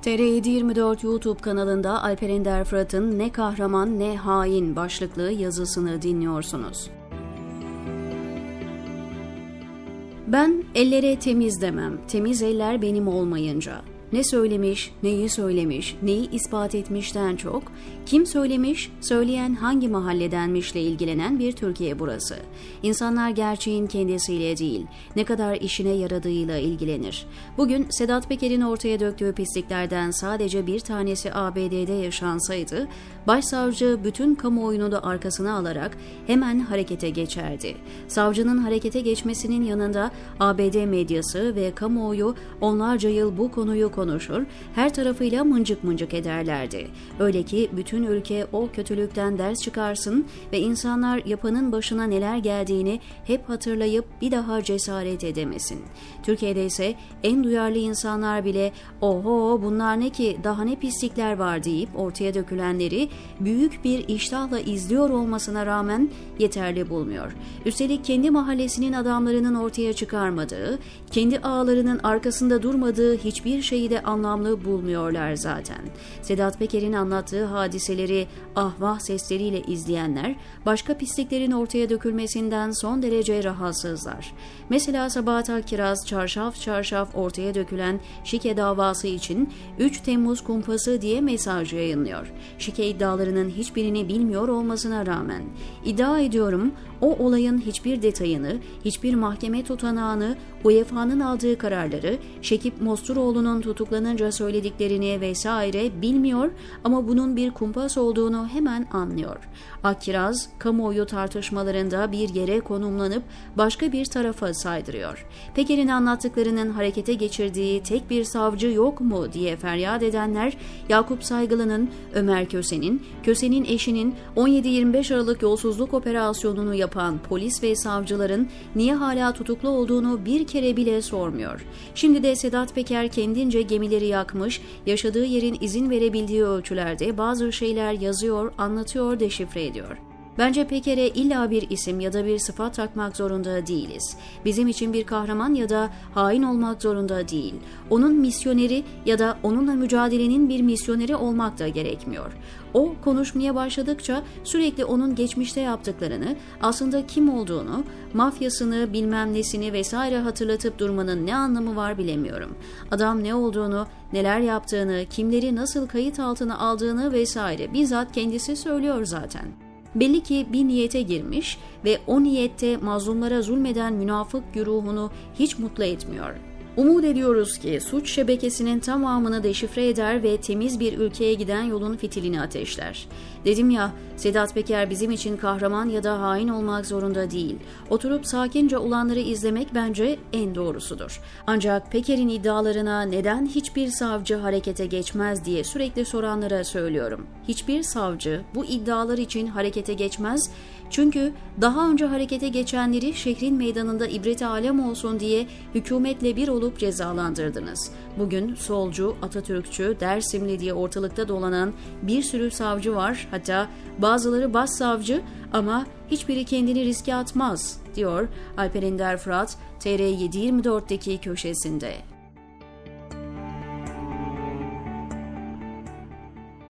TR724 YouTube kanalında Alper Ender Fırat'ın "Ne kahraman ne hain" başlıklı yazısını dinliyorsunuz. Ben ellere temiz demem, temiz eller benim olmayınca. Ne söylemiş, neyi söylemiş, neyi ispat etmişten çok, kim söylemiş, söyleyen hangi mahalledenmişle ilgilenen bir Türkiye burası. İnsanlar gerçeğin kendisiyle değil, ne kadar işine yaradığıyla ilgilenir. Bugün Sedat Peker'in ortaya döktüğü pisliklerden sadece bir tanesi ABD'de yaşansaydı, başsavcı bütün kamuoyunu da arkasına alarak hemen harekete geçerdi. Savcının harekete geçmesinin yanında ABD medyası ve kamuoyu onlarca yıl bu konuyu konuşur, her tarafıyla mıncık mıncık ederlerdi. Öyle ki bütün ülke o kötülükten ders çıkarsın ve insanlar yapanın başına neler geldiğini hep hatırlayıp bir daha cesaret edemesin. Türkiye'de ise en duyarlı insanlar bile "Oho bunlar ne ki, daha ne pislikler var" deyip ortaya dökülenleri büyük bir iştahla izliyor olmasına rağmen yeterli bulmuyor. Üstelik kendi mahallesinin adamlarının ortaya çıkarmadığı, kendi ağalarının arkasında durmadığı hiçbir şeyi de anlamlı bulmuyorlar zaten. Sedat Peker'in anlattığı hadiseleri ahvah sesleriyle izleyenler başka pisliklerin ortaya dökülmesinden son derece rahatsızlar. Mesela Sabahat Akkiraz çarşaf çarşaf ortaya dökülen şike davası için 3 Temmuz kumpası diye mesaj yayınlıyor. Şike iddialarının hiçbirini bilmiyor olmasına rağmen iddia ediyorum o olayın hiçbir detayını, hiçbir mahkeme tutanağını, UEFA'nın aldığı kararları, Şekip Mosturoğlu'nun tutuklanınca söylediklerini vesaire bilmiyor ama bunun bir kumpas olduğunu hemen anlıyor. Akkiraz, kamuoyu tartışmalarında bir yere konumlanıp başka bir tarafa saydırıyor. Peker'in anlattıklarının harekete geçirdiği tek bir savcı yok mu diye feryat edenler, Yakup Saygılı'nın, Ömer Köse'nin, Köse'nin eşinin 17-25 Aralık yolsuzluk operasyonunu yapan polis ve savcıların niye hala tutuklu olduğunu bir kere bile sormuyor. Şimdi de Sedat Peker kendince gemileri yakmış, yaşadığı yerin izin verebildiği ölçülerde bazı şeyler yazıyor, anlatıyor, deşifre ediyor. Bence Peker'e illa bir isim ya da bir sıfat takmak zorunda değiliz. Bizim için bir kahraman ya da hain olmak zorunda değil. Onun misyoneri ya da onunla mücadelenin bir misyoneri olmak da gerekmiyor. O konuşmaya başladıkça sürekli onun geçmişte yaptıklarını, aslında kim olduğunu, mafyasını, bilmem nesini vesaire hatırlatıp durmanın ne anlamı var bilemiyorum. Adam ne olduğunu, neler yaptığını, kimleri nasıl kayıt altına aldığını vesaire bizzat kendisi söylüyor zaten. Belli ki bir niyete girmiş ve o niyette mazlumlara zulmeden münafık güruhunu hiç mutlu etmiyor. Umut ediyoruz ki suç şebekesinin tamamını deşifre eder ve temiz bir ülkeye giden yolun fitilini ateşler. Dedim ya, Sedat Peker bizim için kahraman ya da hain olmak zorunda değil. Oturup sakince olanları izlemek bence en doğrusudur. Ancak Peker'in iddialarına neden hiçbir savcı harekete geçmez diye sürekli soranlara söylüyorum. Hiçbir savcı bu iddialar için harekete geçmez. Çünkü daha önce harekete geçenleri şehrin meydanında ibret alem olsun diye hükümetle bir olup cezalandırdınız. Bugün solcu, Atatürkçü, Dersimli diye ortalıkta dolanan bir sürü savcı var, hatta bazıları başsavcı ama hiçbiri kendini riske atmaz, diyor Alper Ender Fırat TR724'deki köşesinde.